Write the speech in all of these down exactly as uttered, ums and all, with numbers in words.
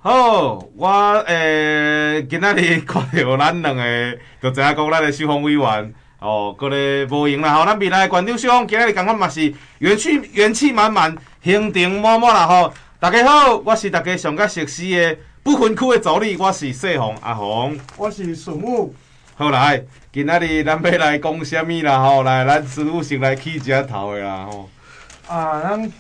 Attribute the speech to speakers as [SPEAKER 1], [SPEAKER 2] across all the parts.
[SPEAKER 1] 好，我诶、今仔日看到咱两个，就知影讲咱的秀峰委员哦，搁咧无闲啦吼。咱未来的馆长秀峰今仔日感觉嘛是元气元气满满，行程满满啦吼。大家好，我是大家上较熟悉的不分区的助理，我是谢宏阿宏，
[SPEAKER 2] 我是顺武。
[SPEAKER 1] 好来，今仔日咱要来讲啥物啦吼？来，咱师傅先来起一下头的啦吼。
[SPEAKER 2] 啊，咱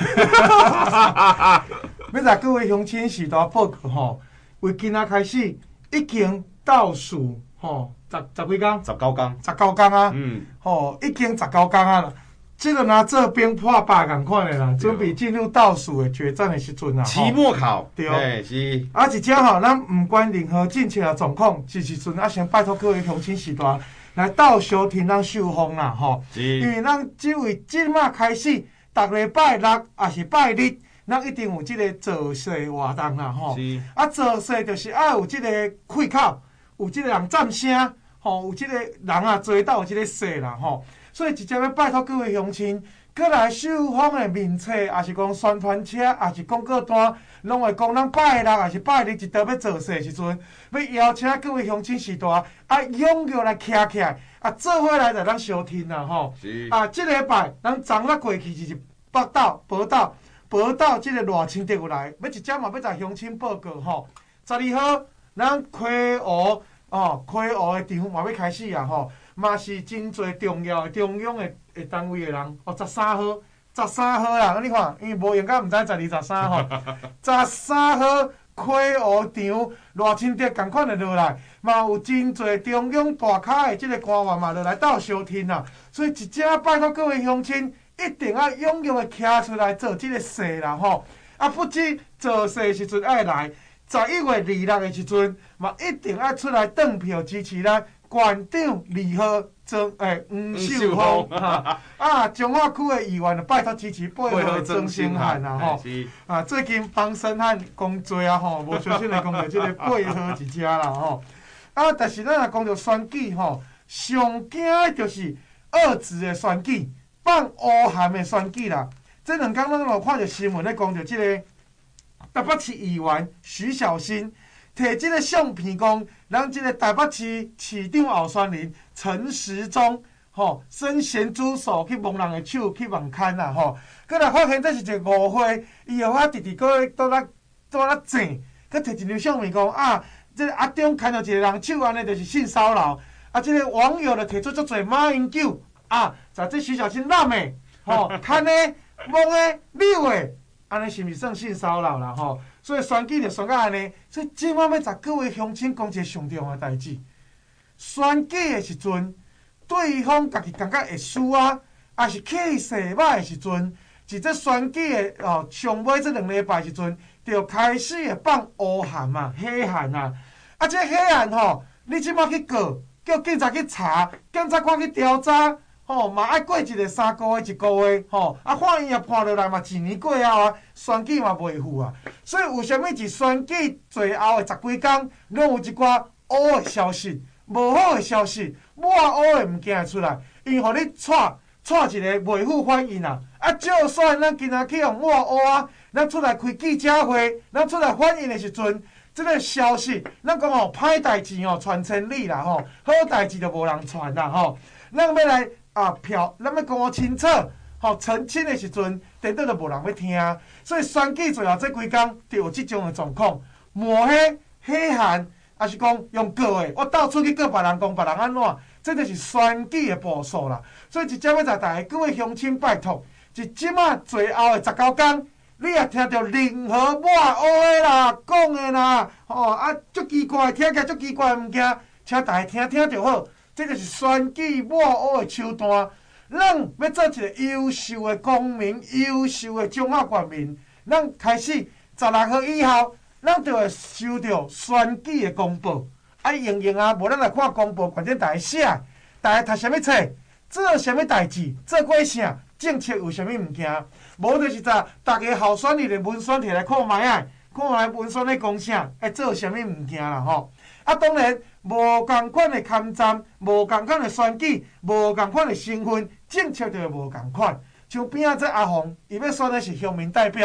[SPEAKER 2] 要甲各位乡亲时代报告吼，为今仔开始已经倒数吼，十十几天，
[SPEAKER 1] 十九天，
[SPEAKER 2] 十九天啊，
[SPEAKER 1] 嗯，
[SPEAKER 2] 吼，已经十九天啊啦。即个拿这边破百共款的啦，准备进入倒数的决战的时阵啦。
[SPEAKER 1] 期末考，
[SPEAKER 2] 对，
[SPEAKER 1] 嘿是。
[SPEAKER 2] 啊，一只吼，咱毋管任何政策的状况，是时阵啊，先拜托各位乡亲时代来倒收听咱秀峰啦，吼，因为咱即位即马开始。逐礼拜六也是拜日，咱一定有即个造势活动啦，吼。啊，造势就是爱有即个开口，有即个人赞声，吼，有即个人啊做到有即个势啦，吼。所以直接要拜托各位乡亲，过来秀峰的面册，也是讲宣传车，也是广告单，拢会讲咱拜六也是拜日一道要造势的时阵，要邀请各位乡亲时代啊踊跃来徛起来。啊，做伙来来咱收听啦吼！啊，即礼拜咱昨仔过去就是北斗、宝斗、宝斗即个热清就有来，要一只嘛要在乡亲报告吼。十二号咱溪湖哦，溪湖的场嘛要开始啊吼，嘛是真侪重要的中央的的单位的人哦。十三号，十三号啦，你看，因为无闲甲毋知十二、十三吼，十三号。溪湖场热清节共款的落来，嘛有真侪中央大咖的即个官员嘛，落来斗相听啦。所以一只拜托各位乡亲，一定要踊跃的徛出来做即个势啦吼。啊，不止做势时阵爱来，十一月二六的时阵，嘛一定要出来登票支持咱馆长二号曾诶黄秀峰哈啊，中华区的议员就拜托支持配合曾星汉啦吼啊，最近帮申汉工作啊吼，无小心来讲到即个配合一只啦吼啊，但是咱若讲到选举吼，上惊的就是二子的选举，放乌函的选举啦。这两天咱有看到新闻咧，讲到即个台北市议员徐小新。摕即个相片讲，咱即个台北市市长候选人陈时中，吼，伸咸猪手去摸人的手，去网牵啦，吼。佮来发现这是一个误会，伊后啊直直搁倒咧倒咧整，佮摕一张相片讲啊，即个阿中牵到一个人手，安尼就是性骚扰。啊，即个网友就提出足侪马英九啊，在这徐小新烂的，吼，牵的、摸的、溜的，安尼是毋是算性骚扰啦，吼？所以选举就选到安尼，所以即摆要甲各位乡亲讲一个上重要代志。选举的时阵，对方家己感觉会输啊，也是气势歹的时阵，是这选举的哦上尾这两礼拜时阵，就开始会放乌函嘛、黑函啊。啊，这黑函吼，你即摆去告，叫警察去查，检察官去调查。吼、哦，嘛爱过一个三个月、一个月，吼、哦，啊，法院也判落来嘛，一年过后啊，选举嘛袂赴啊。所以为虾米是选举最后的十几天，拢有一寡乌的消息、无好的消息、抹乌的物件出来，因互你带带一个袂赴反应啊。啊，就算咱今仔去用抹乌啊，咱出来开记者会，咱出来反应的时阵，这个消息，咱讲吼，歹代志吼传千里啦吼，好代志就无人传啦吼，咱要来。啊票，咱要讲清楚，吼澄清的时阵，电脑就无人要听，所以选举最后这几天就有即种的状况，抹黑、黑函，还是讲用告的，我到处去告别人，讲别人安怎，这就是选举的步数啦。所以一只要在大家各位乡亲拜托，是即马最后的十九天，你也听到任何抹黑的啦、讲的啦，吼啊，足奇怪，听起来足奇怪的物件，请大家听听就好。这就是选举抹黑的手段。咱要做一个优秀的公民、优秀的中华国民，咱开始十六号以后，咱就会收到选举的公报。啊，用用啊，无咱来看公报，反正大家写，大家读啥物册，做啥物代志，做过啥，政策有啥物物件，无就是在大家候选人的文宣摕来看卖啊，看卖文宣咧讲啥，爱做啥物物件啦吼。啊，当然。无共款的勘站，无共款的选举，无共款的身份，政策就会无共款。像边仔这阿宏，伊要选的是乡民代表，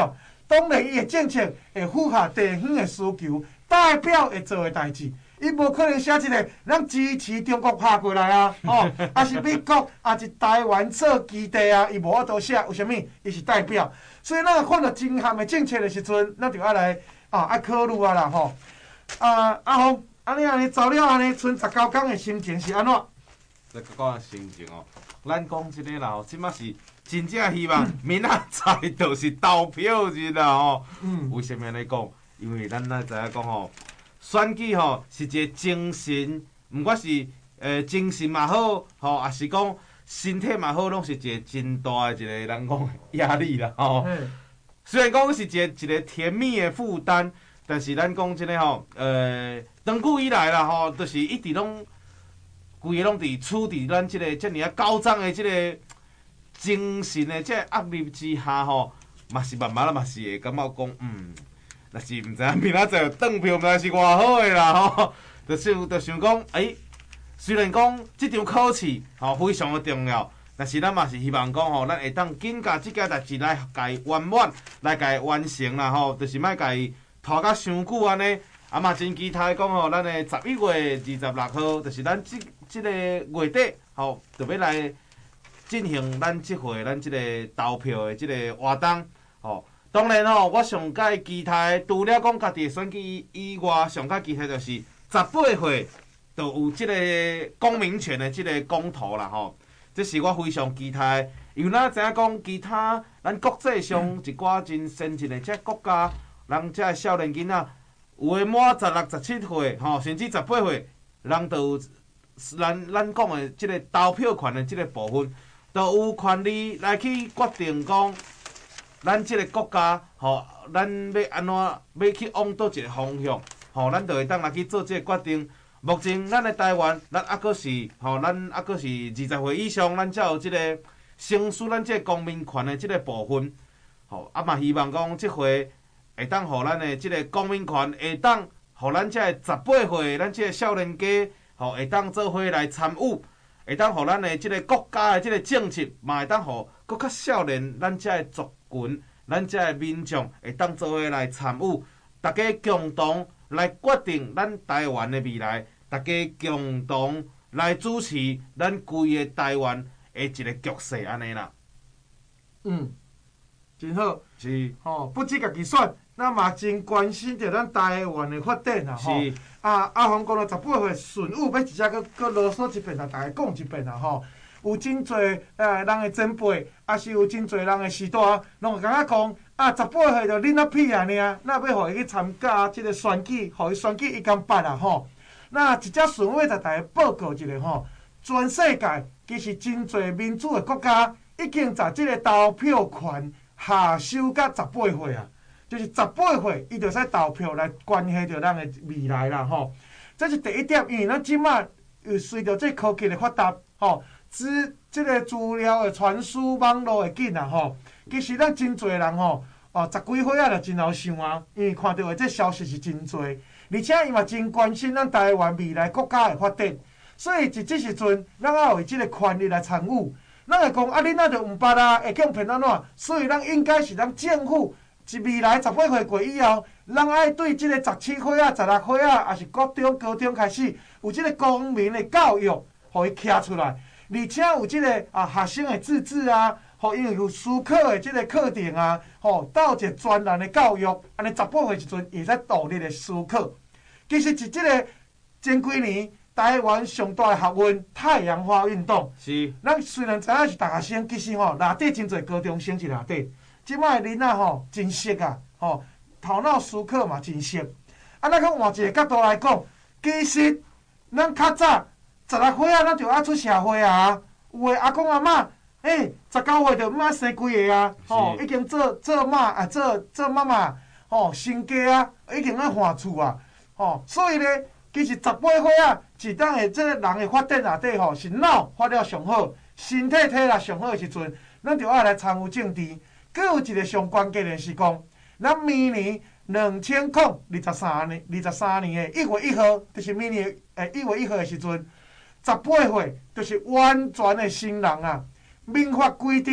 [SPEAKER 2] 当然伊的政策会符合地方的需求，代表会做的代志。伊无可能写一个咱支持中国拍过来啊，哦，啊是美国，啊是台湾做基地啊，伊无法度写，为什么？伊是代表，所以咱看到真项的政策的时阵，咱就要来啊爱考虑啊啦吼。啊阿宏，安尼安尼走了安尼，剩十九天的心情是安怎？
[SPEAKER 1] 十九天的心情哦，咱讲即个啦吼，即马是真正希望明仔载就是投票日啦吼。嗯，为什么安尼讲？因为咱咱知影讲吼。选举吼是一个精神，毋管是诶精神嘛好，吼，也是讲身体嘛好，拢是一个真大的一个人讲压力啦，吼。虽然讲是一个一个甜蜜的负担，但是咱讲真个吼，呃，长久以来啦，吼，就是一直拢规个拢伫处伫咱即个遮尔啊高涨的即个精神的即个压力之下，吼，嘛是慢慢啊，嘛是会感觉讲，嗯。若是毋知影明仔载转票，毋知是偌好诶啦吼，就想就想讲，诶、欸，虽然讲即场考试吼非常诶重要，但是咱嘛是希望讲吼，咱会当紧甲即件代志来甲伊圆满，来甲伊完成啦吼，就是莫甲伊拖甲伤久安尼。啊嘛真期待讲吼，咱诶十一月二十六号，就是咱即即个月底吼，就要来进行咱即回咱即个投票诶即个活动吼。当然吼，我上界期待，除了讲家己选举以外，上界期待就是十八岁就有即个公民权的即个公投啦吼。这是我非常期待，因为咱知影讲其他咱国际上一寡真先进的即国家，人即少年囡仔，有诶满十六、十七岁吼，甚至十八岁，人都有咱咱讲的即个投票权的即个部分，都有权利来去决定讲。咱即个国家，吼，咱要安怎要去往倒一个方向，吼，咱就会当来去做即个决定。目前咱的台湾，咱还阁是，吼，咱还阁是二十岁以上，咱才有即个行使咱即个公民权的即个部分，吼，啊嘛希望讲即回会当互咱的即个公民权会当，互咱即个十八岁咱即个少年家，吼，会当做伙来参与，会当互咱的即个国家的即个政策，嘛会当互搁较少年咱即个族。群，咱遮个民众会当做伙来参与，大家共同来决定咱台湾的未来，大家共同来主持咱规个台湾的一个局势安尼啦。
[SPEAKER 2] 嗯，真好。
[SPEAKER 1] 是。
[SPEAKER 2] 吼、哦，不止家己选，咱嘛真关心着咱台湾的发展啦。吼。是。啊，阿宏讲到十八岁顺务，要直接搁搁啰嗦一遍，甲大家讲一遍啦。吼。有真侪呃人的前辈，也是有真侪人的时代，拢会感觉讲啊，十八岁就恁啊屁啊尔，那要互伊去参加即个选举，互伊选举伊敢捌啊吼。那一只顺位甲大家报告一下吼，全世界其实真侪民主的国家已经在即个投票权下修到十八岁啊，就是十八岁伊就使投票来关系着咱的未来啦吼。这是第一点，因为咱即马又随着这科技的发达吼。资即个资料的传输网络会紧啊吼，其实咱真侪人吼，哦十几岁啊就真有想啊，因为看到的这消息是真侪，而且伊嘛真关心咱台湾未来国家的发展，所以伫即时阵，咱也有即个权利来参与。咱会讲啊，恁那就毋捌啊，会叫骗安怎？所以咱应该是咱政府，是未来十八岁过以后，咱爱对即个十七岁啊、十六岁啊，还是国中、高中开始，有即个公民的教育，互伊徛出来。而且有即个啊学生的自治啊，吼，因为有思考的即个课程啊，吼，到一个专栏的教育，安尼十八岁时阵会使独立的思考。其实是即个前几年台湾上大的学运太阳花运动，
[SPEAKER 1] 是。咱
[SPEAKER 2] 虽然知影是大学生，其实吼内底真侪高中生是内底。即摆的囡仔吼真熟啊，吼头脑思考嘛真熟。啊，咱讲换一个角度来讲，其实咱较早。十六岁啊，咱就爱出社会啊！有诶阿公阿嬷，诶，十九岁就毋爱生几个啊！吼、哦，已经做做妈啊，做做妈妈，吼、哦，生家啊，已经爱换厝啊！吼、哦，所以咧，其实十八岁啊，是当诶，即个人诶发展内底吼，是脑发了上好，身体体力上好诶时阵，咱就爱来参与政治。阁有一个上关键诶是讲，咱明年两千零二十三年，二十三年诶一月一号，就是明年诶一月一号诶时阵。十八岁就是完全的新人啊！民法规定，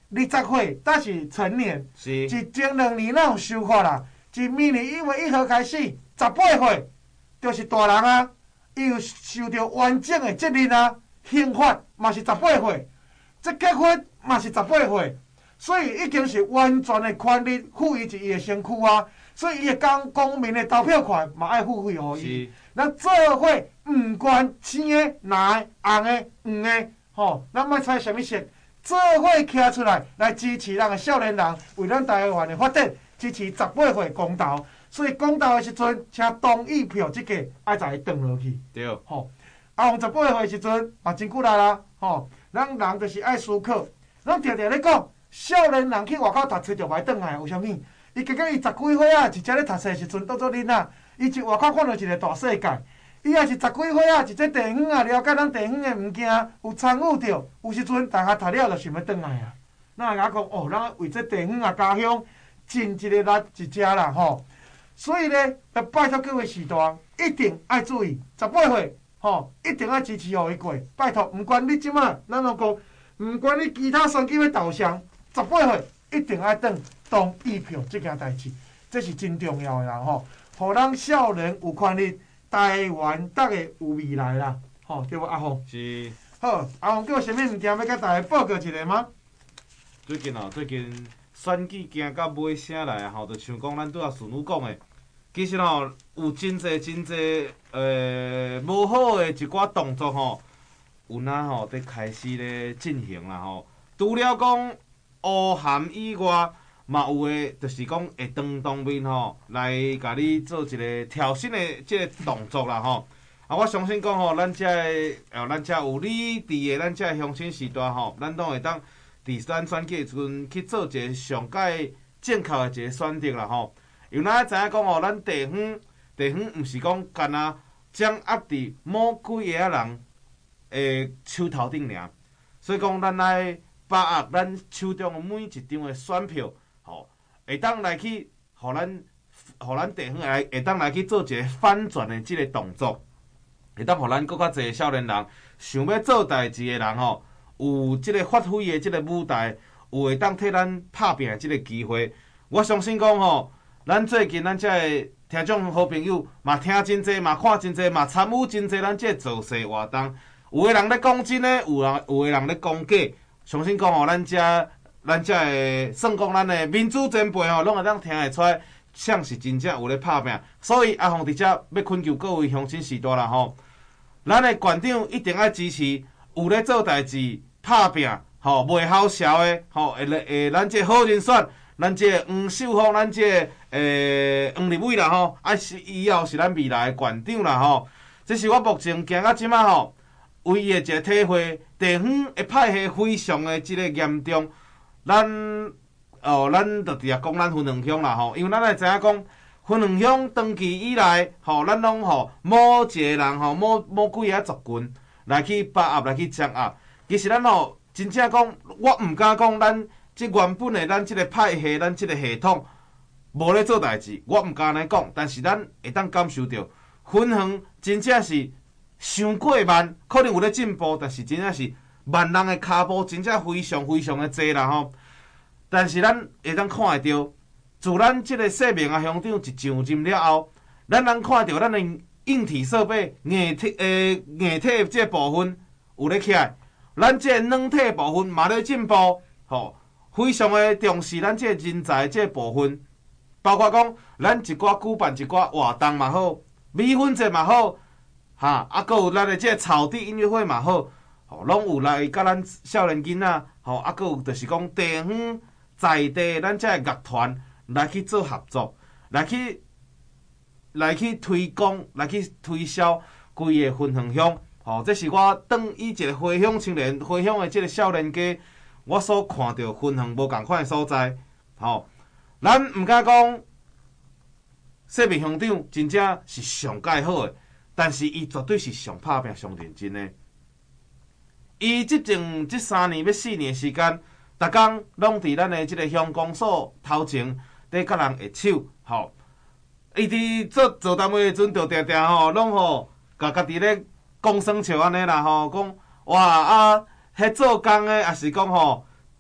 [SPEAKER 2] 二十岁，但是成年，
[SPEAKER 1] 是
[SPEAKER 2] 一前两年咱有修法啦，自明年一月一号开始，十八岁就是大人啊，伊有受到完整的责任啊，刑法嘛是十八岁，这结婚嘛是十八岁，所以已经是完全的权利赋予伫伊的身躯啊，所以伊的公公民的投票权嘛爱付费互伊。咱做伙毋管青的、蓝的、红的、黄的，吼，咱莫猜啥物色，做伙徛出来来支持咱的少年人，为咱台湾的发展，支持十八岁公投。所以公投的时阵，请同意票即个爱在转落去。
[SPEAKER 1] 对。
[SPEAKER 2] 吼，啊，从十八岁的时阵嘛真久力啦，吼，咱人就是爱思考。咱常常咧讲，少年人去外口读册就歹转来，为虾米？伊结果伊十几岁啊，一只咧读册的时阵当做囡仔。伊去外口看到一个大世界，伊也是十几岁啊，一只地方啊，了解咱地方的物件，有参与着。有时阵大家读了就想要转来啊。咱会甲讲哦，咱为这地方啊家乡尽一个力一只啦吼。所以咧，要拜托各位时代，一定爱注意，十八岁吼，一定爱支持互伊过。拜托，毋管你即马，咱拢讲，毋管你其他选举的导向，十八岁一定爱转同意票这件代志，这是真重要的啦吼。互咱少年有权利，台湾逐个有未来啦，吼，对无阿峰？
[SPEAKER 1] 是。
[SPEAKER 2] 好，阿峰，叫啥物物件要甲大家报告一下吗？
[SPEAKER 1] 最近哦，最近选举行到尾声来吼，就像讲咱拄仔顺女讲的，其实吼有真侪真侪呃无好的一寡动作吼，有哪吼伫开始咧进行啦吼。除了讲乌函以外，嘛有诶，就是讲会当当面吼来甲你做一个挑衅的即个动作啦吼。啊，我相信讲吼，咱遮个哦，咱遮有理智的，咱遮乡亲时代吼，咱拢会当伫咱选举的时阵去做一个上界正确的一个选择啦吼。因为咱知影讲吼，咱地方地方毋是讲干那掌握伫某几个人诶手头顶尔，所以讲咱爱把握咱手中的每一张的选票。吼，会当来去，互咱，互咱地方来，会当来去做一个反转的即个动作，会当互咱更较侪少年人想要做代志的人吼，有即个发挥的即个舞台，有会当替咱拍拼的即个机会。我相信讲吼，咱最近咱遮个听众好朋友嘛听真济，嘛看真济，嘛参与真济咱即个造势活动。有个人咧讲真诶，有人有个人咧讲假。相信讲吼，咱遮。咱遮个算讲咱的民主前辈吼，拢会当听会出来，谁是真正有咧拍拼。所以阿凤伫遮要恳求各位乡亲时代啦吼，咱的县长一定要支持有咧做代志、拍拼吼，袂好笑的吼，会会咱这好人选，咱这黄秀芳，咱这诶黄立伟啦吼，啊是以后是咱未来的县长啦吼。这是我目前行到即马吼，唯一的一个体会，地方的派系非常的即个严重。咱哦，咱就直接讲咱分两乡啦吼，因为咱会知影讲分两乡长期以来吼，咱拢吼某一个人吼，某某几个族群来去把握，来去掌握。其实咱吼真正讲，我毋敢讲咱即原本的咱即个派系，咱即个系统无咧做代志，我毋敢安尼讲。但是咱会当感受到分行真正是伤过慢，可能有咧进步，但是真正是。万人的骹步真正非常非常的济啦吼，但是咱会当看会到，自咱即个说明啊乡长一上任了后，咱能看到咱的硬体设备、硬体诶硬体即个部分有咧起来，咱即个软体部分嘛咧进步，吼，非常的重视咱即个人才即个部分，包括讲咱一寡举办一寡活动嘛好，米粉节嘛好，哈，啊，搁有咱的即个草地音乐会嘛好。吼，拢有来甲咱少年囡仔，吼，啊，搁有就是讲地方在地咱遮个乐团来去做合作，来去来去推广，来去推销规个分行乡。吼，这是我当以一个回乡青年、回乡的即个少年家，我所看到分行无共款的所在。吼，咱毋敢讲说明乡长真正是上介好的，但是伊绝对是上拍拼、上认真的。伊即前即三年要四年的时间，逐工拢伫咱的即个乡公所头前，伫甲人下手，吼。伊伫做做单位的时阵，就定定吼，拢吼，甲家己咧讲生笑安尼啦，吼，讲哇啊，迄做工的也是讲吼，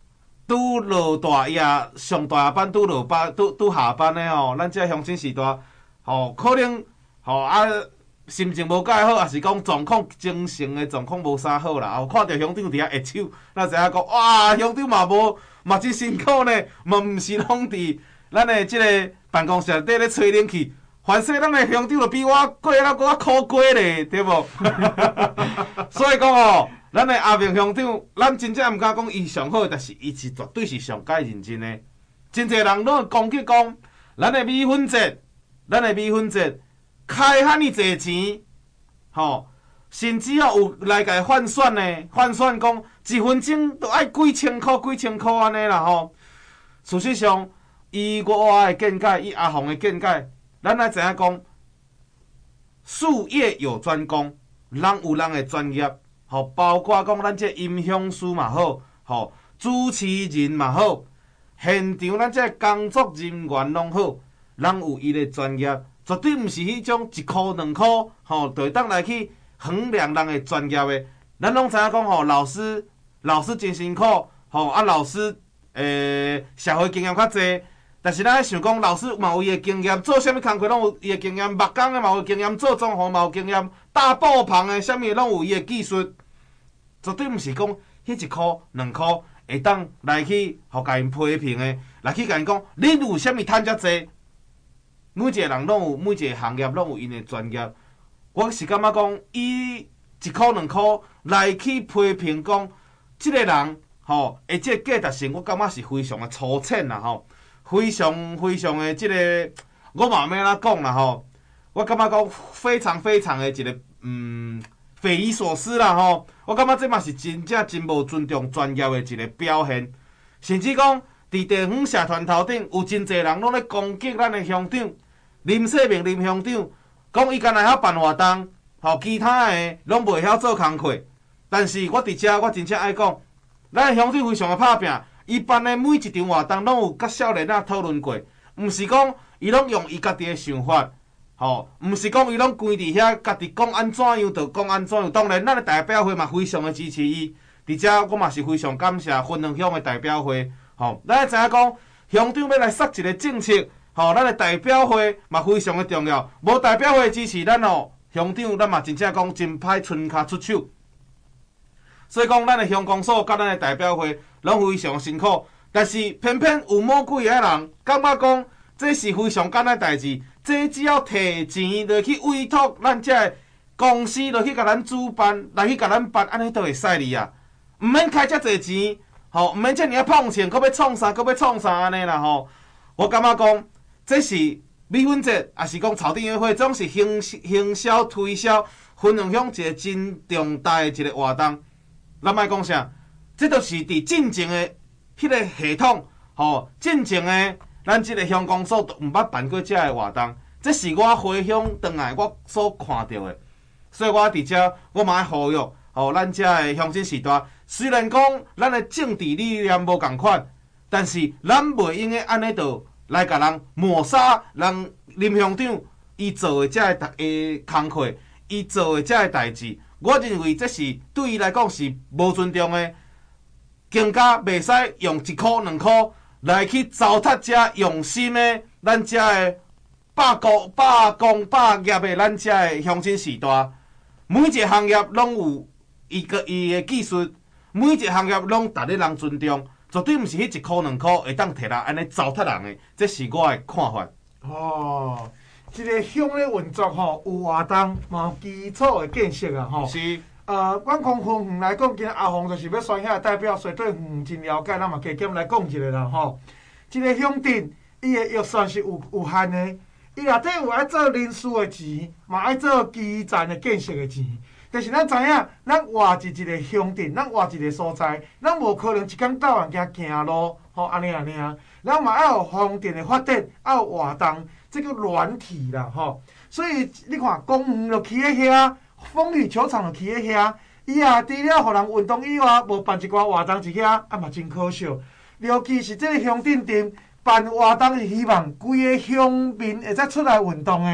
[SPEAKER 1] 拄落大夜上大夜班，拄落班，拄拄下班的吼，咱这乡亲时代，吼可能吼啊心情无介好，也是讲状况精神的状况无啥好啦。后看到乡长伫遐握手，咱知影讲哇，乡长嘛无嘛真辛苦呢，嘛毋是拢伫咱的即个办公室底咧吹冷气。凡说咱的乡长就比我过了搁较苦过咧，对无？所以讲吼。咱的阿明乡长，咱真正毋敢讲伊上好，但是伊是绝对是上介认真的。真侪人拢会攻击讲，咱的米粉节，咱的米粉节开遐尼侪钱，吼，甚至啊有来甲伊换算呢，换算讲一分钟都爱几千箍、几千箍安尼啦吼。事实上，以我的见解，以阿宏的见解，咱来知影讲，术业有专攻，人有人的专业。吼，包括讲咱这音响师嘛好，吼主持人嘛好，现场咱这工作人员拢好，人有伊的专业，绝对毋是迄种一箍两箍，吼，就会当来去衡量人的专业的。咱拢知影讲吼，老师老师真辛苦，吼啊老师诶、呃、社会经验较济，但是咱想讲老师嘛有伊的经验，做啥物工课拢有伊的经验，木工的嘛有经验，做装潢嘛有经验。大布棚的，啥物拢有伊的技术，绝对毋是讲迄一箍两箍会当来去互甲因批评的，来去甲因讲，你有啥物趁遮济？每一个人拢有每一个行业拢有因的专业，我是感觉讲，以一箍两箍来去批评讲，即个人吼，而即个价值性，我感觉是非常的粗浅啦吼，非常非常的即、这个，我嘛免安怎讲啦吼。我感觉讲非常非常的一个嗯匪夷所思啦吼！我感觉这嘛是真正真无尊重专业的一个表现，甚至讲伫地方社团头顶有真侪人拢咧攻击咱的乡长林世明林乡长，讲伊干那晓办活动，吼其他的拢袂晓做工课。但是我伫遮我真正爱讲，咱的乡长非常的拍拼，伊办的每一场活动拢有甲少年仔讨论过，毋是讲伊拢用伊家己的想法。吼，毋、哦、是讲伊拢关伫遐，家己讲安怎样就讲安怎样。当然，咱的代表会嘛非常的支持伊。伫遮我嘛是非常感谢分两乡的代表会。吼、哦，咱知影讲乡长要来设一个政策，吼、哦，咱的代表会嘛非常的重要。无代表会支持咱哦，乡长咱嘛真正讲真歹伸骹出手。所以讲，咱的乡公所甲咱的代表会拢非常辛苦，但是偏偏有某几个人感觉讲，这是非常简单代志。这只要摕钱落去委托咱遮个公司落去甲咱主办，来去甲咱办，安尼都会使哩啊！毋免开遮济钱，吼，毋免遮尔啊碰钱，搁要创啥，搁要创啥安尼啦吼！我感觉讲，这是米粉节，也是讲草地音乐会，总是行行销推销分享乡一个真重大的一个活动。咱莫讲啥，这都是伫进前的迄个系统，吼，进前的。咱即个乡公所都毋捌办过遮个活动，这是我回乡转来我所看到的，所以我伫遮我嘛爱呼吁，吼，咱遮个乡亲时代，虽然讲咱的政治理念无共款，但是咱袂用个安尼就来甲人抹杀，人林乡长伊做的遮个代诶工课，伊做的遮个代志，我认为这是对伊来讲是无尊重的，更加袂使用一箍两箍。来去糟蹋遮用心的，咱遮的百工百工百业的，咱遮的乡亲时代，每一个行业拢有伊个伊的技术，每一个行业拢值得人尊重，绝对毋是迄一箍两箍会当摕来安尼糟蹋人的，这是我的看法。
[SPEAKER 2] 哦，一个乡的运作吼，有活动，嘛有基础的建设啊，吼。
[SPEAKER 1] 是。
[SPEAKER 2] 呃，阮从远远来讲，今阿宏就是要选遐代表，所以对远真了解，咱嘛加减来讲一下啦吼。一个乡镇，伊的预算是有有限的，伊内底有爱做人事的钱，嘛爱做基站的建设的钱。但是咱知影，咱活一一个乡镇，咱活一个所在，咱无可能一天到晚行行路，吼安尼安尼啊。咱嘛要有方便的发展，要有活动，这个软体啦吼。所以你看，公园就起喺遐。风雨球场就起喺遐，伊也除了互人运动以外，无办一寡活动一遐，啊嘛真可惜。尤其是这个乡镇镇办活动，是希望规个乡民会使出来运动的。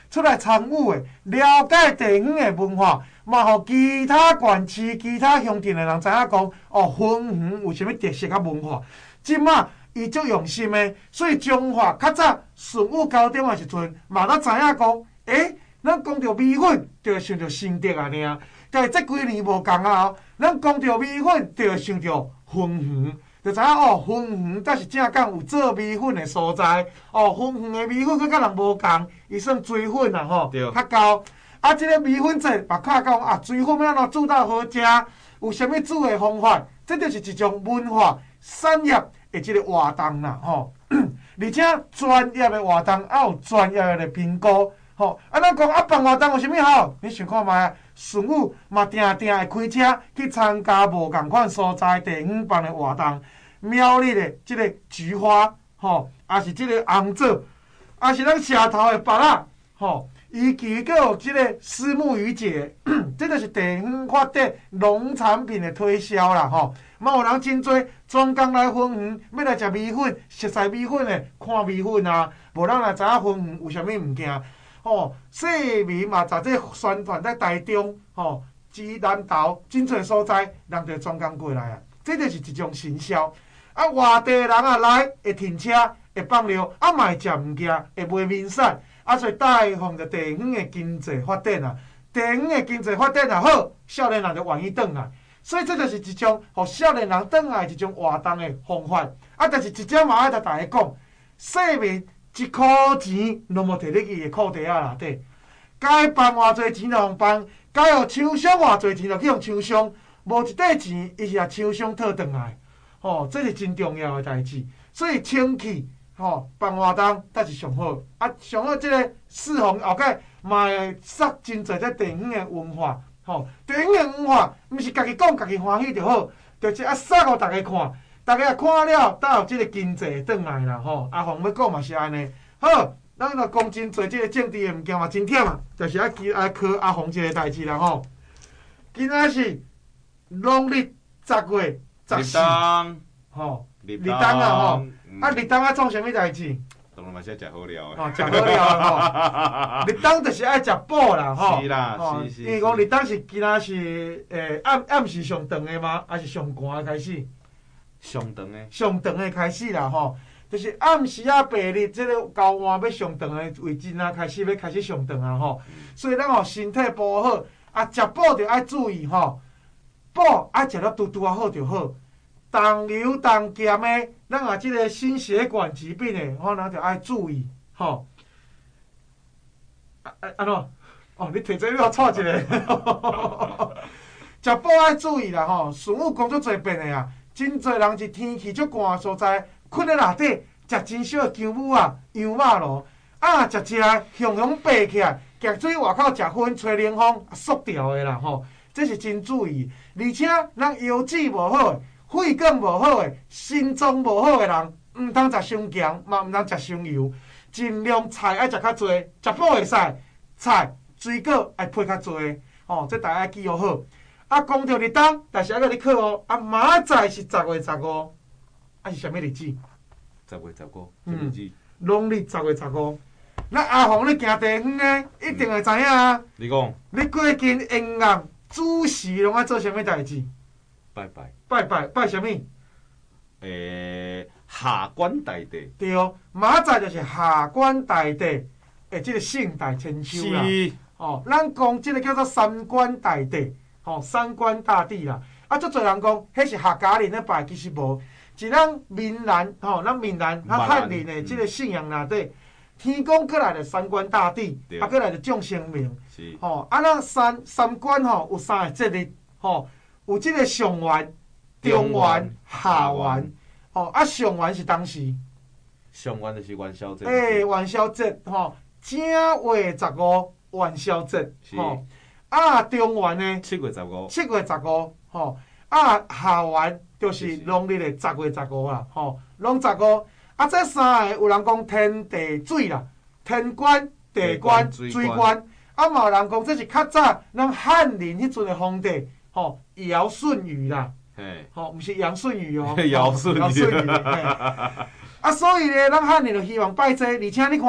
[SPEAKER 2] 出来参与的，了解地方的文化，嘛，互其他县市、其他乡镇的人知影讲，哦，分园有啥物特色甲文化。即马伊足用心的，所以中华较早顺武高中的时阵，嘛咱知影讲，诶，咱讲到米粉，就会想到新竹啊尔。但是这几年无共啊哦，咱讲到米粉，就会想到分园。就知影哦，分园才是正港有做米粉的所在。哦，分园的米粉佮甲人无共，伊算水粉啦吼，较高。啊，即、這個米粉节嘛，较讲啊，水粉要安怎煮到好食，有啥物煮的方法，这就是一种文化产业的即个活动啦吼。而且专业的活动，还有专业的评估。吼，啊，咱讲啊，办活动有啥物好？你想看觅？顺武嘛，定定会开车去参加无共款所在地方办的活动。苗栗的即个菊花，吼，也是即个红枣，也是咱社头的芭乐，吼，以及佫有即个虱目鱼节，这就是地方发展农产品的推销啦，吼。嘛有人真多专工来分园，要来食米粉，熟悉米粉的看米粉啊，无人来知影分园有啥物物件。吼，市民嘛，在这宣传在台中，吼，基南投真侪所在，人就专工过来啊。这就是一种行销。啊，外地人啊来会停车，会放尿，啊，嘛会食物件，会卖面散，啊，所以带动着地方的经济发展啊。地方的经济发展啊好，少年人就愿意转来。所以这就是一种互少年人转来一种活动的方法。啊，但是一点嘛爱甲大家讲，市民。一箍钱拢无摕入伊的裤袋仔内底，该办偌济钱就用办，该互厂商偌济钱就去用厂商，无一块钱伊是甲厂商讨转来，吼，这是真重要的代志。所以清气，吼，办活动才是上好。啊，上好即个四方后盖嘛会塞真侪这地方的文化，吼，地方的文化毋是家己讲家己欢喜就好，就是啊塞互大家看。大家看了，才有即个经济转来啦吼。阿宏要讲嘛是安尼。好，咱若讲真侪即个政治的物件嘛真忝啊，就是爱记爱考阿宏即个代志啦吼。今仔是农历十月十四，吼，立冬啊吼。啊，立冬啊创啥物代志？
[SPEAKER 1] 当然嘛是爱食好料
[SPEAKER 2] 的。哦，食好料吼。立冬就是爱食补啦吼。
[SPEAKER 1] 是啦，是是。
[SPEAKER 2] 因为讲立冬是今仔是诶暗暗时上长的吗？还是上寒开始？
[SPEAKER 1] 上长的，
[SPEAKER 2] 上长的开始啦吼，就是暗时啊白日，即个交换要上长的位置啊，开始要开始上长啊吼。所以咱吼身体保好，啊食补着爱注意吼，补爱食了拄拄啊好就好。重油重咸的，咱啊即个心血管疾病的，吼，咱就爱注意吼。啊啊安怎？哦，你摕这你互错一个。食补爱注意啦吼，顺武工作侪变的啊。真侪人是天气足寒的所在，困咧内底，食真少的姜母啊、羊肉咯，啊，食食雄雄爬起来，行出去外口食薰，吹冷风，缩掉的啦吼，这是真注意。而且咱腰子无好的、肺管无好的、心脏无好的人，毋通食伤咸，嘛毋通食伤油，尽量菜爱食较济，食补会使，菜水果爱配较济，吼，这大家记好好。啊，讲到立冬，但是还搁咧考哦。啊，明仔是十月十五，啊是啥物日子？
[SPEAKER 1] 十月十五，啥日子？
[SPEAKER 2] 农历十月十五。咱阿宏咧行地方诶，一定会知影啊。
[SPEAKER 1] 你讲？
[SPEAKER 2] 你过近沿岸主席拢爱做啥物代志？
[SPEAKER 1] 拜拜。
[SPEAKER 2] 拜拜拜啥物？
[SPEAKER 1] 诶，下关大帝。
[SPEAKER 2] 对哦，明仔就是下关大帝诶，即个圣诞千秋啦。
[SPEAKER 1] 是。
[SPEAKER 2] 哦，咱讲即个叫做三官大帝。吼、哦，三官大帝啦，啊，足侪人讲，迄是客家人咧拜，其实无，是咱闽南，吼、哦，咱闽南、咱汉人的即个信仰内底，天公过来的三官大帝，啊，过来的众生命，是，吼、哦，啊，咱三三官吼有三个节日，吼、哦，有即个上元、中元、下元，吼、哦，啊，上元是当时，
[SPEAKER 1] 上元就是元宵节，
[SPEAKER 2] 诶、欸，元宵节，吼、哦，正月十五元宵节，吼。啊，中元呢？
[SPEAKER 1] 七月十五。
[SPEAKER 2] 七月十五，吼、哦。啊，下元就是农历的十月十五啦，吼、哦，拢十五。啊，这三个有人讲天地水啦，天官、地官、水官。啊，嘛有人讲这是较早咱汉人迄阵的皇帝，吼、哦，尧舜禹啦。嘿。吼、哦，毋是杨舜禹哦。
[SPEAKER 1] 尧舜禹。
[SPEAKER 2] 尧舜禹。啊，所以咧，咱汉人就希望拜这，而且你看。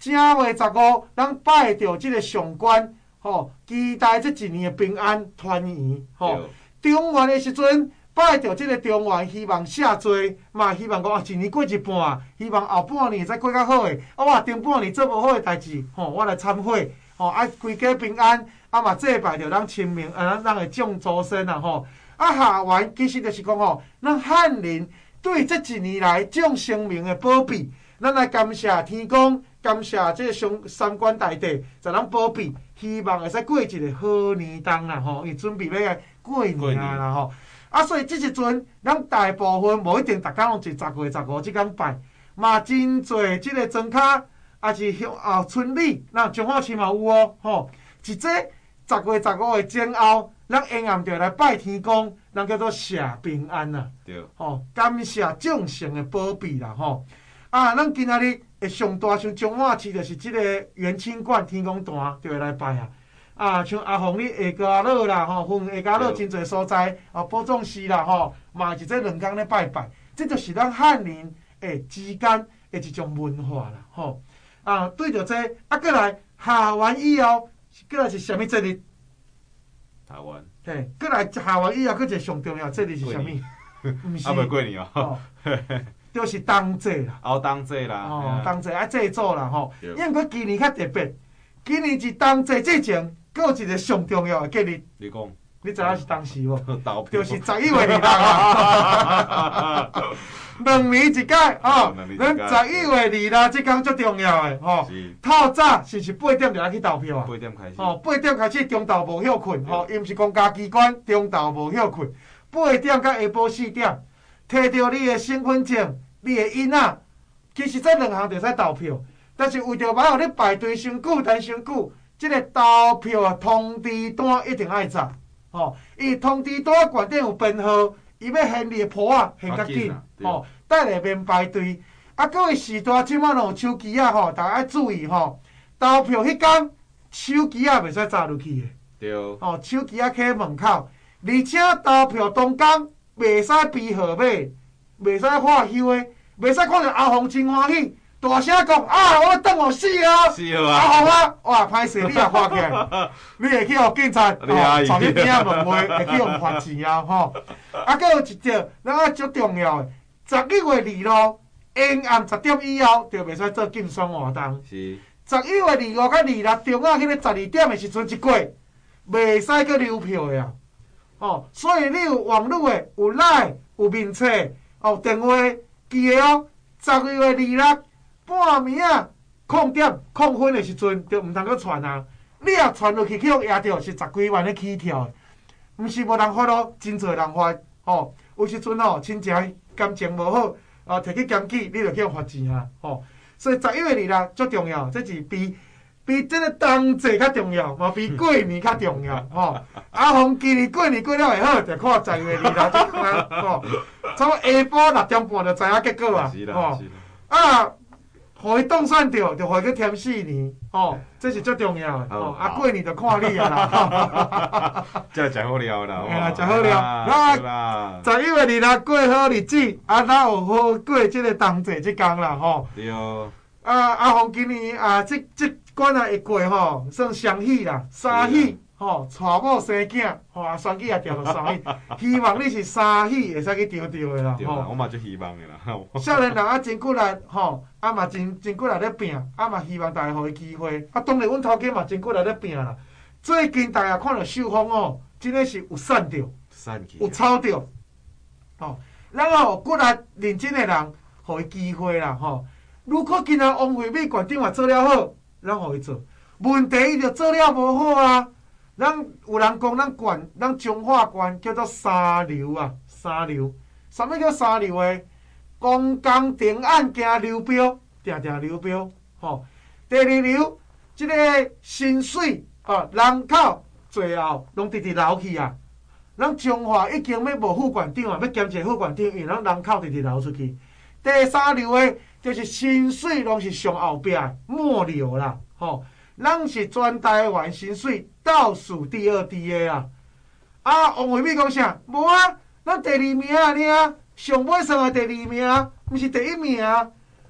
[SPEAKER 2] 正月十五，咱拜着即个上官，吼，期待即一年的平安团圆，吼。中元的时阵，拜着即个中元，希望下罪，嘛希望讲啊，一年过一半，希望后半年会使过较好诶。啊，我顶半年做无好诶代志，吼，我来忏悔，吼，啊，规家平安，啊嘛祭拜着咱清明，啊，咱咱诶众祖先啊，吼。啊，下元其实就是讲吼，咱汉人对这一年来众生命诶保庇，咱来感谢天公。感谢即个上三观大帝，在咱保庇，希望会使过一个好年冬啦吼，伊准备要来过年啊啦吼。啊，所以即时阵，咱大部分无一定逐工拢是十月十五即天拜，嘛真侪即个庄卡，也是乡后村里，咱中华市嘛有哦吼。一这十月十五的前后，咱沿暗着来拜天公，咱叫做谢平安啦。
[SPEAKER 1] 对。吼，
[SPEAKER 2] 感谢众生的保庇啦吼。啊，咱今仔日。会上大像中华市就是即个元清观天公坛，就会来拜啊！啊，像阿凤你下家乐啦，吼，分下家乐真侪所在，啊，宝藏寺啦，吼，嘛是这两天咧拜拜，这就是咱汉人诶之间诶一种文化啦，吼。啊，对着这，啊，过来下完以后，过来是啥物节日？
[SPEAKER 1] 下完。
[SPEAKER 2] 嘿，过来下完以后，佫一个上重要节日是啥物？毋是。
[SPEAKER 1] 啊，袂过年哦。
[SPEAKER 2] 就是冬节啦，
[SPEAKER 1] 哦，冬节啦，
[SPEAKER 2] 哦，冬节爱祭祖啦吼。因为今年较特别，今年是冬节之前，佫有一个上重要的节日。
[SPEAKER 1] 你讲，
[SPEAKER 2] 你知影是当时无？就是十一月二日
[SPEAKER 1] 啊。
[SPEAKER 2] 两年一届吼，咱十一月二日即天最重要的吼。透早是是八点就爱去投票啊。
[SPEAKER 1] 八点开始。
[SPEAKER 2] 吼，八点开始中昼无休困吼，伊毋是公家机关，中昼无休困，八点到下晡四点，摕着你的身份证。你的囡仔，其实这两项就使投票，但是为着歹互你排队伤久、等伤久，即、这个投票通知单一定爱查，吼，伊通知单悬顶有编号，伊要现你的簿仔现较紧，吼，等下免排队。啊，各位时代即摆有手机啊，吼，大家爱注意吼，投票迄天手机啊袂使砸入去的，
[SPEAKER 1] 对，
[SPEAKER 2] 吼，手机啊徛门口，而且投票当天袂使编号码。袂使画休的，袂使看到阿红真欢喜，大声讲啊！我要等我死啊！
[SPEAKER 1] 是啊！
[SPEAKER 2] 阿红啊，哇，歹势，你也画起来，你会去互警察哦，传去边仔问话，会去互罚钱啊！吼，啊，佫有一条，咱啊足重要的，十一月二号沿暗十點以後，就袂使做競選活動。
[SPEAKER 1] 是。
[SPEAKER 2] 十一月二五到二六中午迄個十二點的時陣一過，袂使佫留票的啊！哦，所以你有網絡的，有 Line， 有面冊。哦，電話記個哦，十月二六半暝啊，空點空分的時陣，就毋通閣傳啊！你若傳落去，去互壓着是十幾萬咧起跳的，毋是無人發咯，真濟人發。哦，有時陣哦，親情感情無好，哦，摕去檢舉，你就去互罰錢啊！哦，所以十一月二六足重要，這是比比即個冬節較重要，嘛比過年較重要。吼，阿紅今年過年過了會好，就看十月二六即天吼。差不多下晡六點半就知影結果啊！吼，啊，互伊當選着，就互伊去添四年，吼，這是最重要的。吼，啊過年就看你啊啦！
[SPEAKER 1] 這食好料啦！
[SPEAKER 2] 哎呀，食好料！啊，十一月二六過好日子，啊，咱有好過即個冬節即天啦，吼。
[SPEAKER 1] 對哦。
[SPEAKER 2] 啊，阿紅今年啊，即即關啊會過吼，算雙喜啦，三喜。吼，娶某生囝，吼，啊，選舉也調到三喜，希望你是三喜會使去調調的啦，
[SPEAKER 1] 吼。我嘛就希望的啦。
[SPEAKER 2] 少年人啊，真骨力，吼，啊嘛真真骨力咧拼，啊嘛希望大家互伊機會。啊，當然阮頭家嘛真骨力咧拼啦。最近大家看到秀峰哦，真誒是有散着，有炒着，吼。咱吼骨力認真誒人，互伊機會啦，吼。如果今日王惠美縣長也做了好，咱互伊做。問題伊就做了無好啊。咱有人講，咱縣，咱彰化縣叫做三流啊，三流。啥物叫三流誒？公共定案行流標，定定流標。吼，第二流，即、這個薪水哦，人口最後攏直直流去啊。咱彰化已經要無副縣長啊，要兼一個副縣長，因為咱人口直直流出去。第三流誒，就是薪水攏是上後壁末流啦，吼。咱是全台灣薪水倒數第二低的啊！啊，王惠美講啥？無啊，咱第二名啊，爾上尾算的第二名，毋是第一名啊！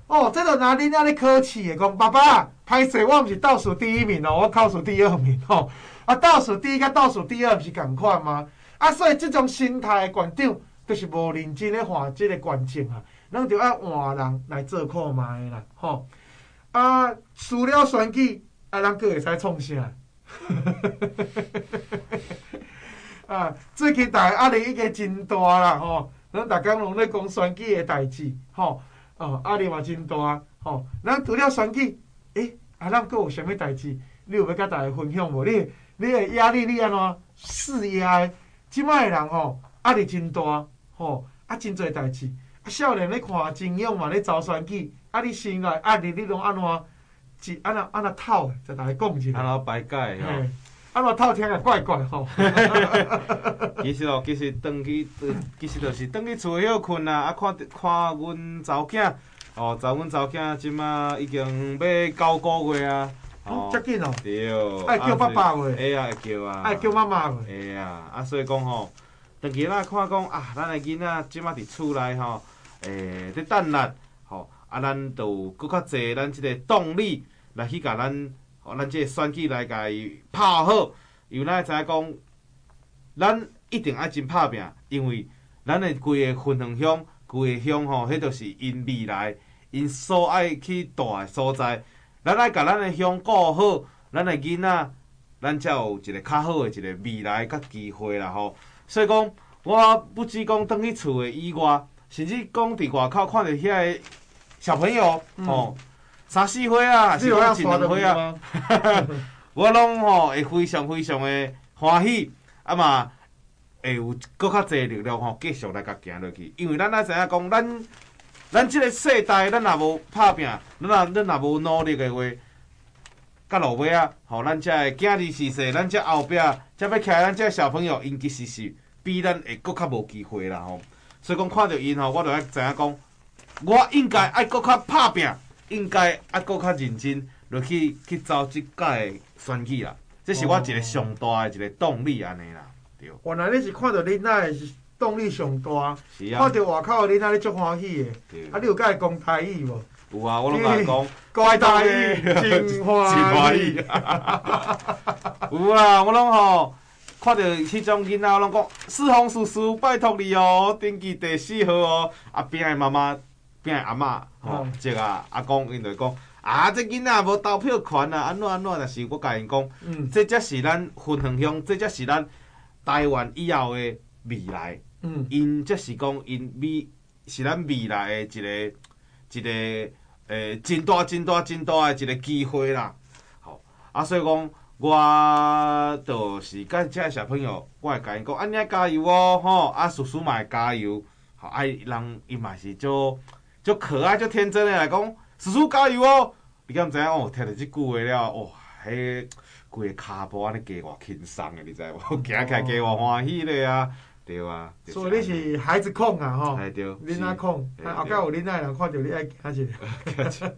[SPEAKER 2] 哦，这就拿恁仔咧考试的，讲爸爸，歹势，我毋是倒数第一名哦，我倒数第二名哦。啊，倒数第一甲倒数第二毋是共款吗？啊，所以即种心态的馆长，就是无认真咧换即个关键啊。咱就要换人来做看卖啦，吼。啊，输了选举，啊，咱佫会使创啥？啊，最近大家压力已经真大啦，吼。咱逐工拢咧讲选举的代志，吼。哦，压力嘛真大，吼。咱除了选举，诶，啊，咱佫有啥物代志？你有要甲大家分享无？你你的压力你安怎释压？即摆的人吼，压力真大，吼，啊，真侪代志。啊，少年咧看金勇嘛咧走选举，啊，你心内压力你拢安怎？是安怎安怎透的？就大家讲一下。
[SPEAKER 1] 安怎排解吼？
[SPEAKER 2] 安怎透听也怪怪吼。
[SPEAKER 1] 其实哦，其实转去，其实就是转去厝休困啦。啊，看看阮查某囝，哦，查阮查某囝即马已经要九个月啊。
[SPEAKER 2] 哦，遮紧哦。
[SPEAKER 1] 对。
[SPEAKER 2] 爱叫爸爸话。
[SPEAKER 1] 会啊，会叫啊。
[SPEAKER 2] 爱叫妈妈话。
[SPEAKER 1] 会啊，啊，所以讲吼，转去咱看讲啊，咱的囡仔即马伫厝内吼，诶，伫等力，吼，啊，咱就有搁较济咱即个动力来去甲咱。哦，咱即个选举来甲伊拍好，因为咱知影讲，咱一定爱真拍拼，因为咱的规个分乡乡、规个乡吼，迄就是因未来因所爱去住的所在。咱爱甲咱的乡顾好，咱的囡仔，咱才有一个较好的一个未来甲机会啦吼。所以讲，我不止讲转去厝的以外，甚至讲伫外口看到遐个小朋友，嗯、吼。三四岁啊，还是讲一两岁啊，我拢吼会非常非常的欢喜，啊嘛会有搁较济力量吼，继续来甲行落去。因为咱爱知影讲，咱咱即个世代，咱若无拍拼，咱若咱若无努力的话，到落尾啊，吼，咱遮个囝儿逝世，咱遮后壁则要徛咱遮小朋友，因其实是比咱会搁较无机会啦吼。所以讲看到因吼，我就爱知影讲，我应该爱搁较拍拼。应该啊，搁较认真，落去去走即届的选举啦。这是我一个上大的一个动力安尼啦，对。
[SPEAKER 2] 原来你是看到恁仔的动力上大，
[SPEAKER 1] 是啊。
[SPEAKER 2] 看到外口的恁仔咧足欢喜的。对。啊，你有甲伊讲台语无？
[SPEAKER 1] 有啊，我拢甲伊讲。
[SPEAKER 2] 讲台语，真欢喜。
[SPEAKER 1] 有啊，我拢吼看到迄种囡仔，我拢讲四红叔叔，拜托你哦，登记第四号哦，啊边的妈妈。边的阿嬷吼，即啊阿公因就讲啊，这囡仔无投票权啊，安怎安怎？但是我甲因讲，嗯，这才是咱分乡乡，这才是咱台湾以后的未来。嗯，因这是讲因未是咱未来的一个一个诶真大真大真大的一个机会啦。吼啊，所以讲我就是甲这个小朋友，我会甲因讲，啊，你爱加油哦，吼啊，叔叔嘛会加油。吼，啊，人伊嘛是做。就可爱，就天真的来讲，叔叔加油哦！你敢知影哦？听到即句话了，哇，迄规个骹步安尼加偌轻松的，你知无？行起来加偌欢喜咧啊，对啊。
[SPEAKER 2] 所以你是孩子控啊，吼？
[SPEAKER 1] 哎对。
[SPEAKER 2] 囡仔控，后盖有囡仔人看到你爱行一下。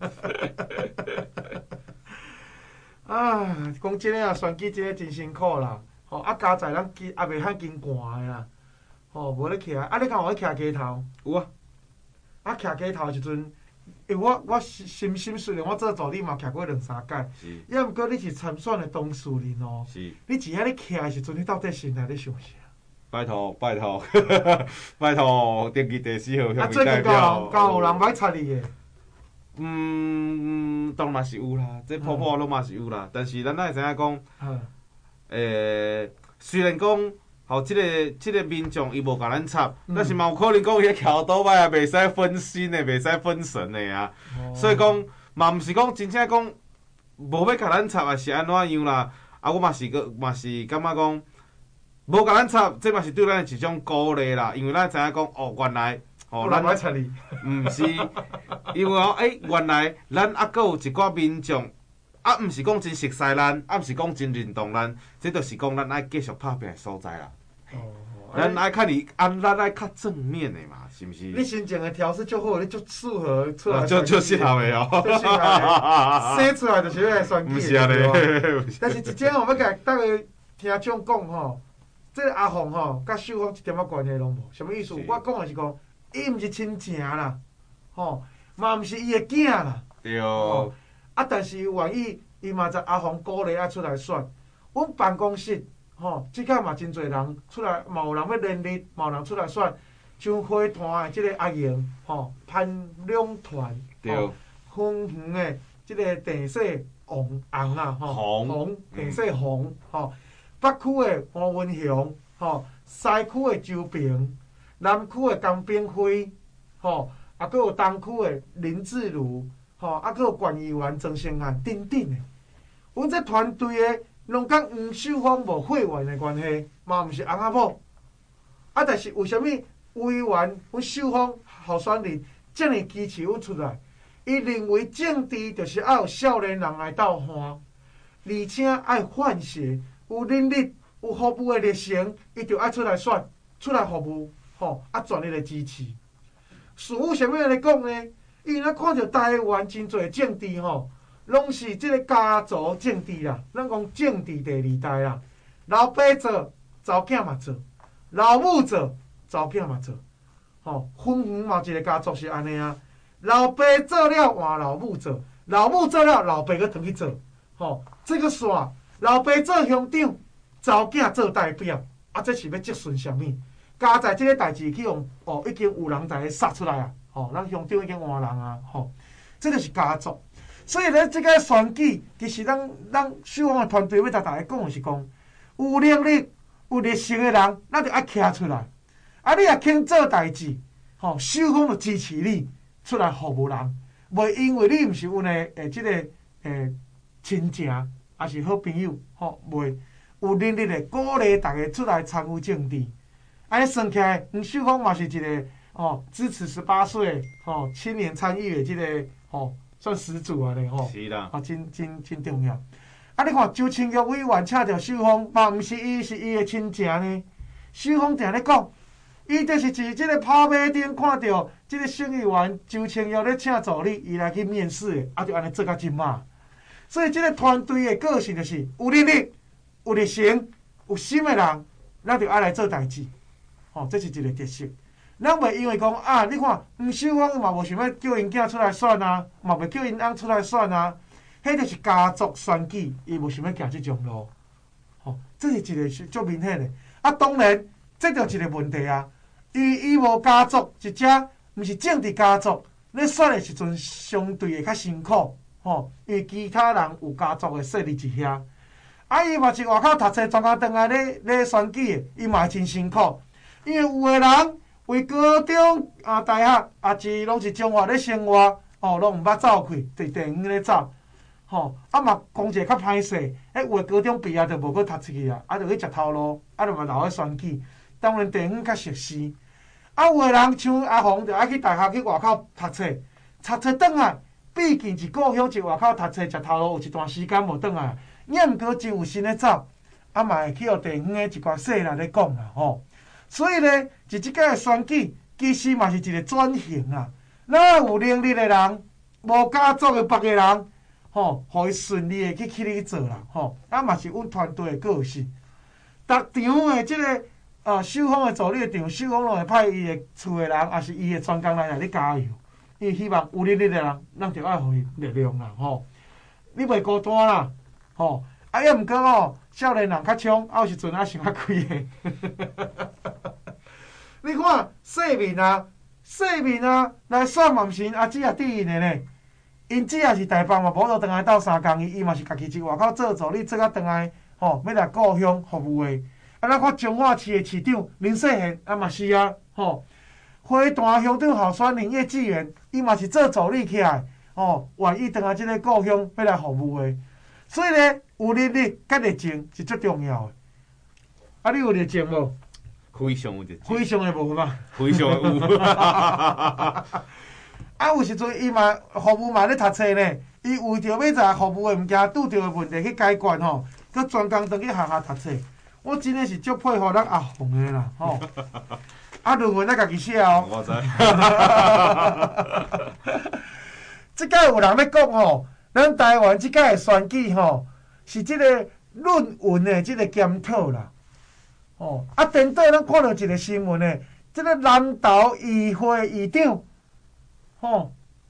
[SPEAKER 2] 啊，讲真诶啊，选举真诶真辛苦啦，吼啊加在咱经也袂遐经寒诶啦，吼无咧徛，啊你敢有咧徛街头？
[SPEAKER 1] 有啊。
[SPEAKER 2] 啊，徛街头时阵，因为我我心心虽然我做助理嘛，徛过两三届，也毋过你是参选的当事人哦。是。你伫遐咧徛的时阵，你到底心内咧想啥？
[SPEAKER 1] 拜托拜托，拜托，登记第四号
[SPEAKER 2] 乡民代表。啊，最近敢有人歹插你的？
[SPEAKER 1] 嗯，当然是有啦，这泡泡拢嘛是有啦，但是咱会知影讲，诶，虽然讲。吼，即、這个即、這个民众伊无甲咱插，嗯、但是嘛有可能讲伊徛倒摆啊，袂使分心的，袂使分神的啊。哦、所以讲嘛，毋是讲真正讲无要甲咱插，也是安怎样啦。啊，我嘛是个嘛是感觉讲无甲咱插，这嘛是对咱一种鼓励啦。因为咱知影讲哦，原来哦，
[SPEAKER 2] 咱来插你，
[SPEAKER 1] 毋是，因为哦，诶、欸，原来咱还佫有一寡民众。啊，毋是讲真熟悉咱，啊，毋是讲真认同咱，这就是讲咱爱继续拍拼的所在啦。哦，咱爱较你，按咱爱较正面的嘛，是毋是？
[SPEAKER 2] 你心情的调试足好，你足适合出来。
[SPEAKER 1] 就就适合的哦。
[SPEAKER 2] 就适合的，生出来就是要来选举。
[SPEAKER 1] 毋是安尼。
[SPEAKER 2] 但是一点吼，要甲大家听众讲吼，这个阿凤吼，甲秀芳一点仔关系拢无。什么意思？我讲的是讲，伊毋是亲情啦，吼。 嘛毋是伊的囝啦。
[SPEAKER 1] 对。
[SPEAKER 2] 哦，啊，但是伊愿意，伊嘛知阿宏鼓励爱出来选。阮办公室吼，即摆嘛真侪人出来，嘛有人要连立，嘛有人出来选。像花团的即个阿莹吼，潘两团，
[SPEAKER 1] 对。
[SPEAKER 2] 粉红的即个地色红红啊，吼，红地色红吼。北区的黄文雄吼，西区的周平，南区的江炳辉吼，啊，佫有东区的林志儒吼，啊，佫有县议员曾成汉等等的。阮这团队的拢甲黄秀芳无血缘的关系，嘛毋是翁仔某。啊，但是为虾米委员阮秀芳候选人遮尔支持阮出来？伊认为政治就是要有少年人来斗汗，而且爱换血。有能力、有服务的热诚，伊就爱出来选、出来服务，吼，啊，全力来支持。事务啥物来讲呢？伊若看到台湾真侪政治吼，拢是即个家族政治啦，咱讲政治第二代啦。老爸做，查某囝嘛做；老母做，查某囝嘛做。吼，粉红嘛一个家族是安尼啊。老爸做了换老母做，老母做了老爸佫转去做。吼，这个线。老爸做乡长，查某囝做代表，啊，这是要积顺啥物？加在即个代志去用，哦，已经有人在杀出来啊！吼、哦，咱乡长已经换人啊！吼、哦，这就是家族。所以咧，即个选举，其实咱咱秀芳的团队要甲大家讲的是讲，有能力、有热诚的人，咱就爱徛出来。啊，你若肯做代志，吼、哦，秀芳就支持你出来服务人，袂因为你毋是阮的诶，即、这个诶亲情。也是好朋友，吼，袂有能力的鼓励大家出来参与政治。安尼算起来，黄秀芳嘛是一个哦支持十八岁吼青年参与的即、这个吼算始祖啊咧吼。
[SPEAKER 1] 是啦。
[SPEAKER 2] 啊，真真真重要。啊，你看周清玉委员请着秀芳，嘛毋是伊是伊的亲情呢。秀芳定咧讲，伊就是伫即个拍马顶看到即个省议员周清玉咧请助理，伊来去面试的，啊，就安尼做甲真满。所以，这个团队的个性就是有能力、有热诚、有心的人，咱就爱来做代志。吼、哦，这是一个特色。咱袂因为讲啊，你看黄秀芳嘛无想要叫因囝出来选啊，嘛袂叫因翁出来选啊，迄就是家族选举，伊无想要行即种路。吼、哦，这是一个足明显的。啊，当然，这就一个问题啊。伊伊无家族一只，毋是政治家族，咧选的时阵相对会较辛苦。吼，因为其他人有家族的势力伫遐，啊，伊嘛是外口读册，专家转来咧咧选举的，伊嘛真辛苦。因为有的人为高中啊、大学啊，是拢是中华咧生活，哦，拢毋捌走开，伫电影咧走，吼，啊嘛讲者较歹势，迄有的高中毕业就无去读册去啊，啊，就去食头路，啊，就嘛留咧选举。当然电影较熟悉，啊，有的人像阿宏，就爱去大学去外口读册，读册转来。毕竟是故乡，伫外口读册食头路，有一段时间无转来，也毋过真有心咧走，啊嘛会去互地方的一寡势力咧讲啦吼。所以咧，就即个选举，其实嘛是一个转型啊。咱有能力的人，无家族的别个人，吼，互伊顺利的去去咧做啦吼。啊嘛是阮团队的个性。逐场的即、这个啊秀芳的助理场，秀芳拢会派伊的厝的人，也是伊的专工来来咧加油。因为希望有能力的人，咱就爱互伊力量啦，吼！你袂孤单啦，吼！啊，也毋过吼，少年人较冲，啊有时阵啊想较开的。你看世面啊，世面啊，来选嘛毋是阿姊阿弟因的呢。因姊也是台北嘛，无就转来斗相共伊，伊嘛是家己伫外口做助理，做啊转来，吼，要来故乡服务的。啊，咱看彰化市的市长林世贤，啊嘛是啊，吼。花坛乡长候选人叶志远，伊嘛是做助理起来，哦，愿意转来即个故乡要来服务的。所以咧，有能力甲热情是最重要的。啊，你有热情无？
[SPEAKER 1] 非常有热情。
[SPEAKER 2] 非常的无嘛。
[SPEAKER 1] 非常有。
[SPEAKER 2] 啊，有时阵伊嘛服务嘛咧读册呢，伊为着要在服务的物件拄着的问题去解决吼，佮专工转去学校读册。我真诶是足佩服咱阿宏的啦，吼。啊，论文咱家己写哦。
[SPEAKER 1] 我知。
[SPEAKER 2] 即摆有人咧讲吼，咱台湾即摆诶选举吼，是即个论文诶即个检讨啦。哦，啊，颠倒咱看到一个新闻诶，即个南投议会议长，吼，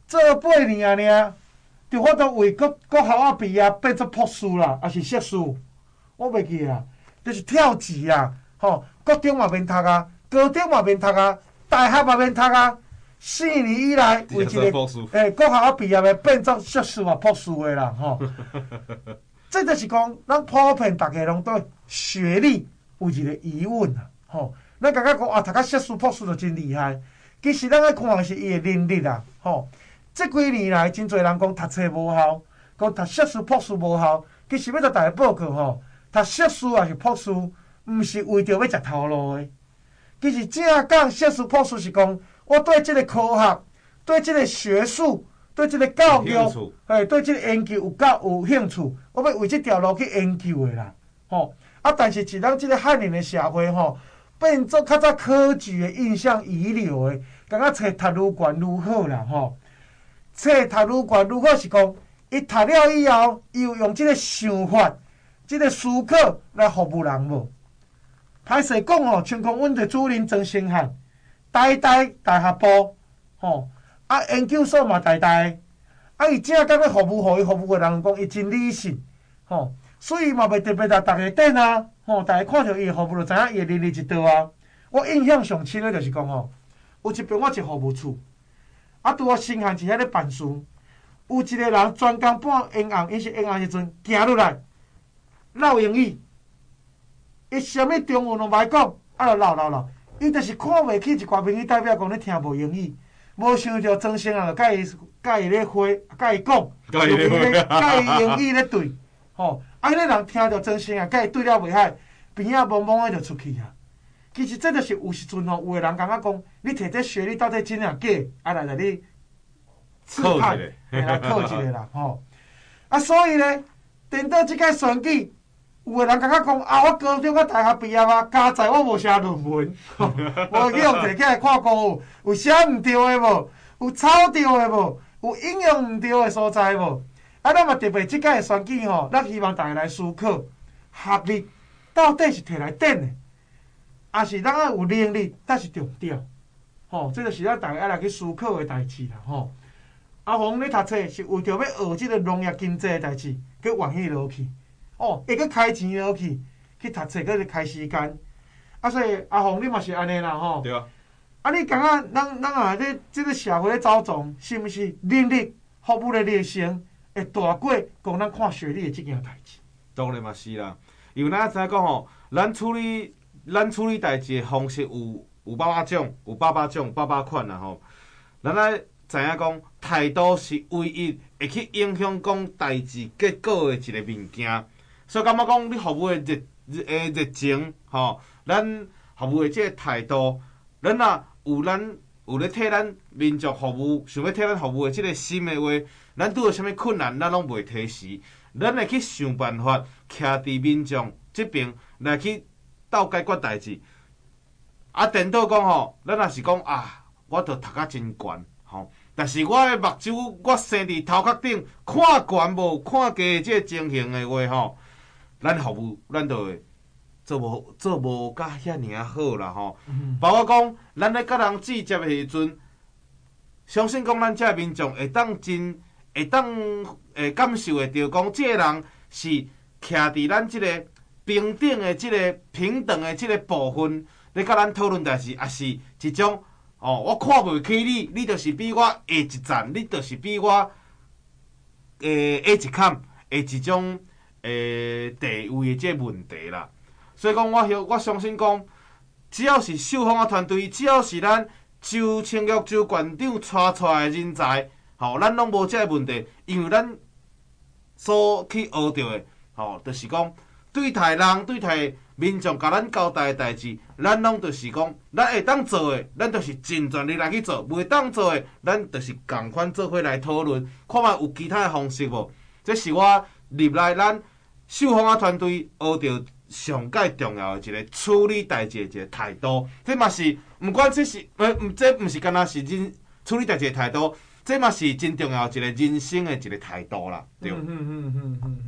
[SPEAKER 2] 做八年啊尔，就法度为国国校啊毕业变做博士啦，还是硕士，我袂记啊，就是跳级啊，吼，国中嘛免读啊，高中嘛免读啊，大学嘛免读啊，四年以来为一个诶国校啊毕业的变做硕士啊博士的啦，吼。这就是讲，咱普遍大家拢对学历有一个疑问啊，吼。咱感觉讲啊，读到硕士、博士就真厉害，其实咱爱看的是伊的能力啊，吼。这几年来，真侪人讲读册无效，讲读硕士、博士无效。其实要甲大家报告吼，读硕士也是博士，毋是为着要食头路的。其实正讲硕士、博士是讲，我对这个科学、对这个学术、对这个教育，哎，对这个研究有够有兴趣，我要为这条路去研究的啦，吼。啊，但是是咱这个汉人的社会吼，变做较早科举的印象遗留的，感觉册读愈悬愈好啦，吼。册读愈悬愈好是讲，伊读了以后，伊有用即个想法、即个思考来服务人无？歹势讲吼，像讲阮的主任曾星汉，台大大学部，吼，啊研究所嘛台大，啊伊正讲要服务，互伊服务的人讲伊真理性，吼，所以嘛袂特别甲逐个等啊，吼，逐个看到伊的服务就知影伊的能力一道啊。我印象上深的就是讲吼，有一边我一服务处。啊，拄好新汉是遐咧办事，有一个人专工半阴暗，伊是阴暗时阵行落来，唠英语，伊啥物中文拢歹讲，啊，就唠唠唠，伊就是看袂起一寡民意代表讲你听无英语，无想着曾先生就甲伊甲伊咧回，甲伊讲，
[SPEAKER 1] 甲伊咧回，
[SPEAKER 2] 甲伊英语咧对，吼，啊，迄个人听着曾先生甲伊对了袂歹，边仔懵懵的就出去啊。其实这就是有时阵吼，有个人感觉讲，你摕这学历到底真正假，啊来来你试探，来考一个啦，吼。啊，所以咧，等到即届选举，有个人感觉讲，啊，我高中、我大学毕业啊，加在我无写论文，无去用摕起来看过，有写毋对的无，有抄对的无，有应用毋对的所在无。啊，咱嘛特别即届选举吼，咱希望大家来思考，学历到底是摕来等的。也是咱啊有能力，但是重要，吼，这就是咱大家爱来去思考的代志啦，吼。阿宏咧读册是为着要学即个农业经济的代志，去愿意落去，哦，会去开钱落去，去读册，去开时间。啊，所以阿宏你嘛是安尼啦，吼。
[SPEAKER 1] 对啊。
[SPEAKER 2] 啊，你感觉咱咱啊咧即个社会咧走动，是毋是能力、服务的热诚会大过讲咱看学历的即件代志？
[SPEAKER 1] 当然嘛是啦，因为咱知影讲吼，咱处理。咱处理代志的方式有有百百种，有百百种、百百款啦吼。咱爱知影讲，态度是唯一会去影响讲代志结果的一个物件。所以感觉讲，你服务的热热诶热情吼，咱服务的即个态度，咱若有咱有咧替咱民族服务，想要替咱服务的即个心的话，咱拄到啥物困难，咱拢袂提示，咱会去想办法，徛伫民众即边来去。斗解决代志，啊，颠倒讲吼，咱若是讲啊，我着读甲真悬吼，但是我的目睭我生伫头壳顶，看悬无看低即个情形的话吼，咱服务咱着会做无做无甲遐尔好啦吼。嗯、包括讲，咱咧甲人直接的时阵，相信讲咱遮民众会当真会当会感受会到讲，即个人是徛伫咱即个。平等的即个平等的即个部分，咧甲咱讨论代志，也是一种哦，我看袂起你，你就是比我下一站，你就是比我诶下一坎的一种诶地位的即个问题啦。所以讲，我我相信讲，只要是秀芳啊团队，只要是咱周清玉周馆长带出来的人才，吼、哦，咱拢无即个问题，因为咱所去学到的，吼、哦，就是讲。对待人、对待民众，甲咱交代的代志，咱拢就是讲，咱会当做的，咱就是尽全力来去做；袂当做的，咱就是共款做伙来讨论，看卖有其他的方式无。这是我入来咱秀芳啊团队学到上界重要的一个处理代志的一个态度。这嘛是，毋管这是，呃，这毋是干那是人处理代志的态度，这嘛是真重要一个人生的一个态度啦。对。嗯嗯嗯嗯嗯嗯。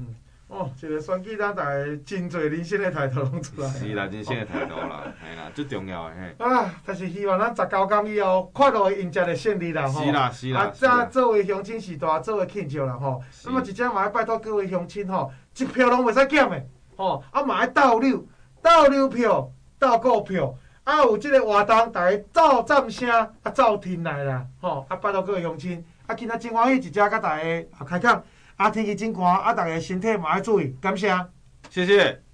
[SPEAKER 2] 哦，一个选举，咱大家真侪人生的态度拢出来。
[SPEAKER 1] 是啦，人生的态度啦，嘿啦，最重要的嘿。
[SPEAKER 2] 啊，但是希望咱十九天以后，快乐的迎接的胜利啦吼。
[SPEAKER 1] 是啦，是啦。啊，
[SPEAKER 2] 这作为乡亲时代，作为庆祝啦吼。那么，真正嘛要拜托各位乡亲吼，一票拢袂使减的吼，啊嘛要倒流，倒流票，倒股票。啊，有即个活动，大家走赞声，啊走天来啦吼。啊，拜托各位乡亲，啊今仔真欢喜，一只甲大家啊开讲。啊，天气真寒，啊，大家身体嘛要注意，感谢。
[SPEAKER 1] 谢谢。